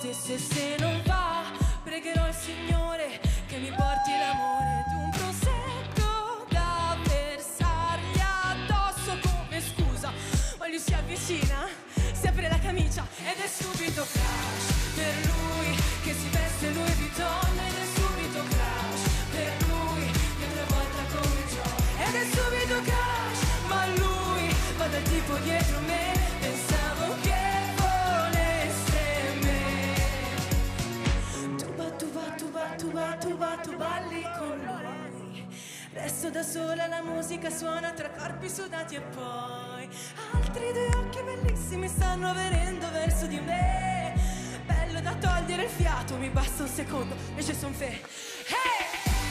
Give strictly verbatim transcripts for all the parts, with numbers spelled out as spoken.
e se, se non va pregherò il Signore che mi porti l'amore ed un prosecco da versargli addosso come scusa. Ma lui si avvicina, si apre la camicia ed è subito crash per lui che si veste Louis Vuitton, ed è subito crash per lui che travolta come John, ed è subito crash. Ma lui va dal tipo dietro me, pensavo che volesse me. Tu va, tu va, tu va, tu va, tu va, tu balli con lui. Resto da sola, la musica suona tra corpi sudati e poi altri due occhi bellissimi stanno venendo verso di me. Bello da togliere il fiato, mi basta un secondo e ci son fe. Hey!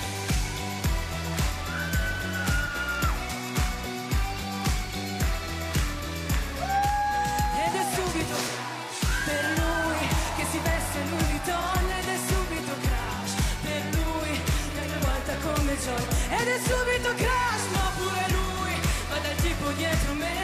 Ed è subito per lui che si veste Louis Vuitton, ed è subito crash per lui che travolta come John, ed è subito crash. Ma pure lui va dal tipo dietro me,